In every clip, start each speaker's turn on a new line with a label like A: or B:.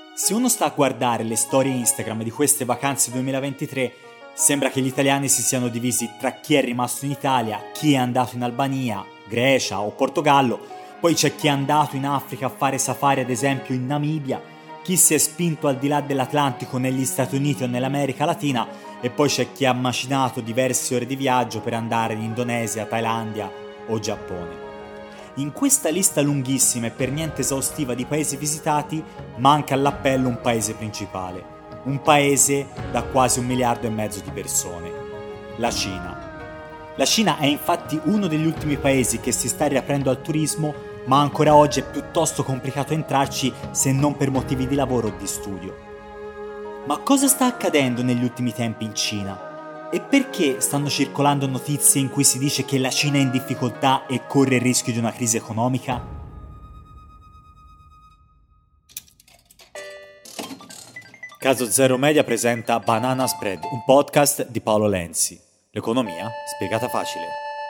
A: Se uno sta a guardare le storie Instagram di queste vacanze 2023, sembra che gli italiani si siano divisi tra chi è rimasto in Italia, chi è andato in Albania, Grecia o Portogallo, poi c'è chi è andato in Africa a fare safari ad esempio in Namibia, chi si è spinto al di là dell'Atlantico negli Stati Uniti o nell'America Latina e poi c'è chi ha macinato diverse ore di viaggio per andare in Indonesia, Thailandia o Giappone. In questa lista lunghissima e per niente esaustiva di paesi visitati manca all'appello un paese principale, un paese da quasi 1,5 miliardi di persone, la Cina. La Cina è infatti uno degli ultimi paesi che si sta riaprendo al turismo, ma ancora oggi è piuttosto complicato entrarci se non per motivi di lavoro o di studio. Ma cosa sta accadendo negli ultimi tempi in Cina? E perché stanno circolando notizie in cui si dice che la Cina è in difficoltà e corre il rischio di una crisi economica? Caso Zero Media presenta Banana Spread, un podcast di Paolo Lenzi. L'economia spiegata facile.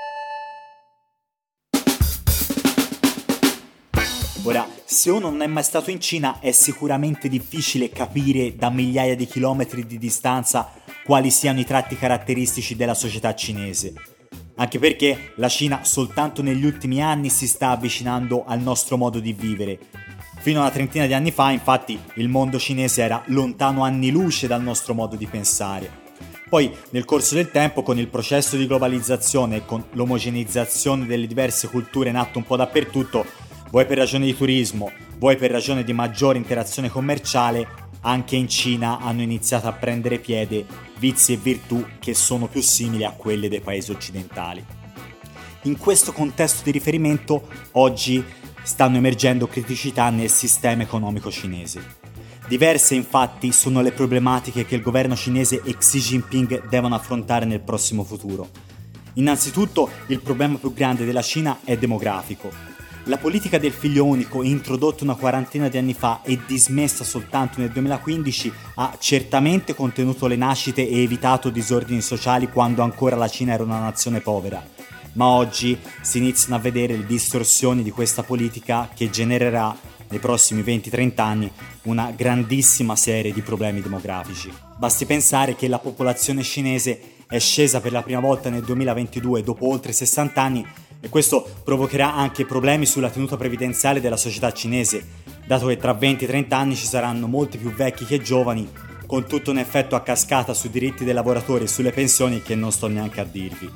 A: Ora, se uno non è mai stato in Cina, è sicuramente difficile capire da migliaia di chilometri di distanza quali siano i tratti caratteristici della società cinese. Anche perché la Cina soltanto negli ultimi anni si sta avvicinando al nostro modo di vivere. Fino a una trentina di anni fa, infatti, il mondo cinese era lontano anni luce dal nostro modo di pensare. Poi, nel corso del tempo, con il processo di globalizzazione e con l'omogeneizzazione delle diverse culture in atto un po' dappertutto, vuoi per ragioni di turismo, vuoi per ragione di maggiore interazione commerciale, anche in Cina hanno iniziato a prendere piede vizi e virtù che sono più simili a quelle dei paesi occidentali. In questo contesto di riferimento, oggi stanno emergendo criticità nel sistema economico cinese. Diverse infatti sono le problematiche che il governo cinese e Xi Jinping devono affrontare nel prossimo futuro. Innanzitutto, il problema più grande della Cina è demografico. La politica del figlio unico, introdotta una quarantina di anni fa e dismessa soltanto nel 2015, ha certamente contenuto le nascite e evitato disordini sociali quando ancora la Cina era una nazione povera. Ma oggi si iniziano a vedere le distorsioni di questa politica che genererà nei prossimi 20-30 anni una grandissima serie di problemi demografici. Basti pensare che la popolazione cinese è scesa per la prima volta nel 2022 dopo oltre 60 anni e questo provocherà anche problemi sulla tenuta previdenziale della società cinese, dato che tra 20-30 anni ci saranno molti più vecchi che giovani, con tutto un effetto a cascata sui diritti dei lavoratori e sulle pensioni che non sto neanche a dirvi.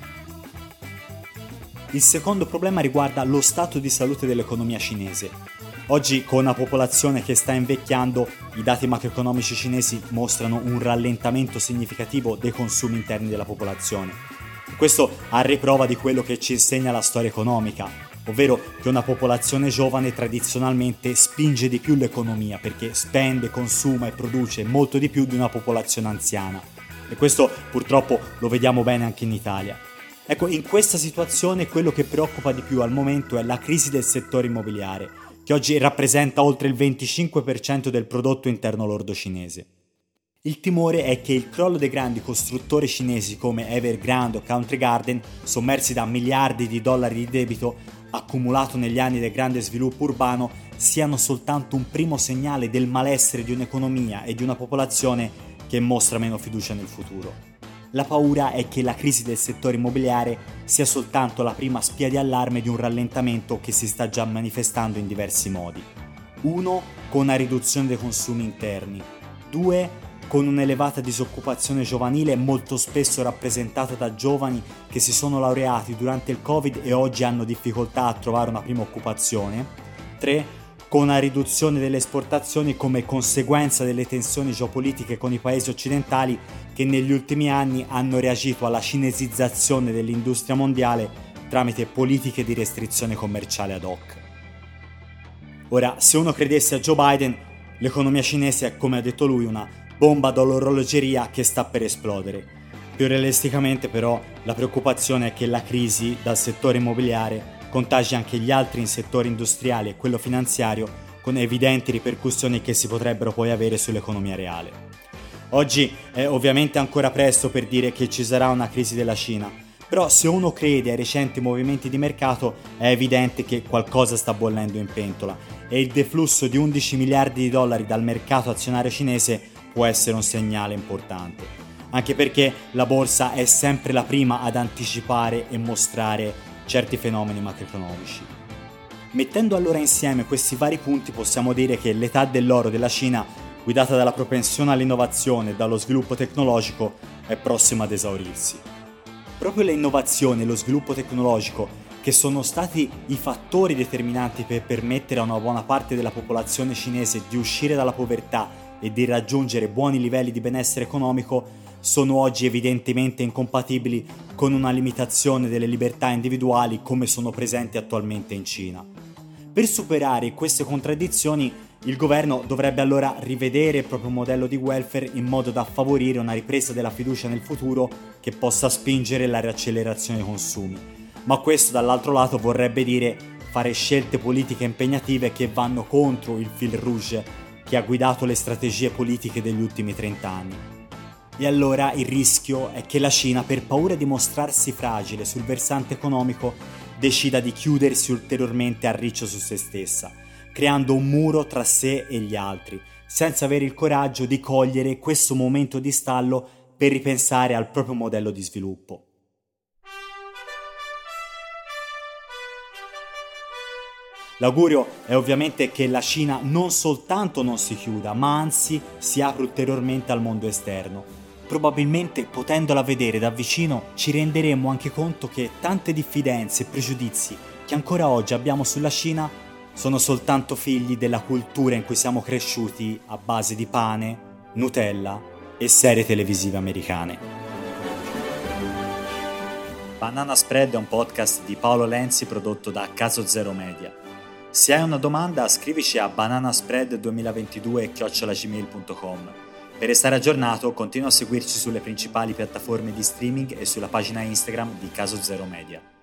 A: Il secondo problema riguarda lo stato di salute dell'economia cinese. Oggi, con una popolazione che sta invecchiando, i dati macroeconomici cinesi mostrano un rallentamento significativo dei consumi interni della popolazione. Questo a riprova di quello che ci insegna la storia economica, ovvero che una popolazione giovane tradizionalmente spinge di più l'economia perché spende, consuma e produce molto di più di una popolazione anziana. E questo purtroppo lo vediamo bene anche in Italia. Ecco, in questa situazione quello che preoccupa di più al momento è la crisi del settore immobiliare, che oggi rappresenta oltre il 25% del prodotto interno lordo cinese. Il timore è che il crollo dei grandi costruttori cinesi come Evergrande o Country Garden, sommersi da miliardi di dollari di debito accumulato negli anni del grande sviluppo urbano, siano soltanto un primo segnale del malessere di un'economia e di una popolazione che mostra meno fiducia nel futuro. La paura è che la crisi del settore immobiliare sia soltanto la prima spia di allarme di un rallentamento che si sta già manifestando in diversi modi. 1. Con una riduzione dei consumi interni. 2. Con un'elevata disoccupazione giovanile molto spesso rappresentata da giovani che si sono laureati durante il Covid e oggi hanno difficoltà a trovare una prima occupazione. 3. Con una riduzione delle esportazioni come conseguenza delle tensioni geopolitiche con i paesi occidentali che negli ultimi anni hanno reagito alla cinesizzazione dell'industria mondiale tramite politiche di restrizione commerciale ad hoc. Ora, se uno credesse a Joe Biden, l'economia cinese è, come ha detto lui, una bomba dall'orologeria che sta per esplodere. Più realisticamente però la preoccupazione è che la crisi dal settore immobiliare contagi anche gli altri in settori industriali e quello finanziario, con evidenti ripercussioni che si potrebbero poi avere sull'economia reale. Oggi è ovviamente ancora presto per dire che ci sarà una crisi della Cina, Però se uno crede ai recenti movimenti di mercato è evidente che qualcosa sta bollendo in pentola e il deflusso di 11 miliardi di dollari dal mercato azionario cinese può essere un segnale importante, anche perché la borsa è sempre la prima ad anticipare e mostrare certi fenomeni macroeconomici. Mettendo allora insieme questi vari punti possiamo dire che l'età dell'oro della Cina, guidata dalla propensione all'innovazione e dallo sviluppo tecnologico, è prossima ad esaurirsi. Proprio le innovazioni e lo sviluppo tecnologico, che sono stati i fattori determinanti per permettere a una buona parte della popolazione cinese di uscire dalla povertà e di raggiungere buoni livelli di benessere economico, sono oggi evidentemente incompatibili con una limitazione delle libertà individuali come sono presenti attualmente in Cina. Per superare queste contraddizioni, il governo dovrebbe allora rivedere il proprio modello di welfare in modo da favorire una ripresa della fiducia nel futuro che possa spingere la riaccelerazione dei consumi. Ma questo dall'altro lato vorrebbe dire fare scelte politiche impegnative che vanno contro il fil rouge che ha guidato le strategie politiche degli ultimi 30 anni. E allora il rischio è che la Cina, per paura di mostrarsi fragile sul versante economico, decida di chiudersi ulteriormente a riccio su se stessa, creando un muro tra sé e gli altri, senza avere il coraggio di cogliere questo momento di stallo per ripensare al proprio modello di sviluppo. L'augurio è ovviamente che la Cina non soltanto non si chiuda, ma anzi si apra ulteriormente al mondo esterno. Probabilmente, potendola vedere da vicino, ci renderemo anche conto che tante diffidenze e pregiudizi che ancora oggi abbiamo sulla Cina sono soltanto figli della cultura in cui siamo cresciuti a base di pane, Nutella e serie televisive americane. Banana Spread è un podcast di Paolo Lenzi prodotto da Caso Zero Media. Se hai una domanda scrivici a bananaspread2022@gmail.com. Per restare aggiornato continua a seguirci sulle principali piattaforme di streaming e sulla pagina Instagram di Caso Zero Media.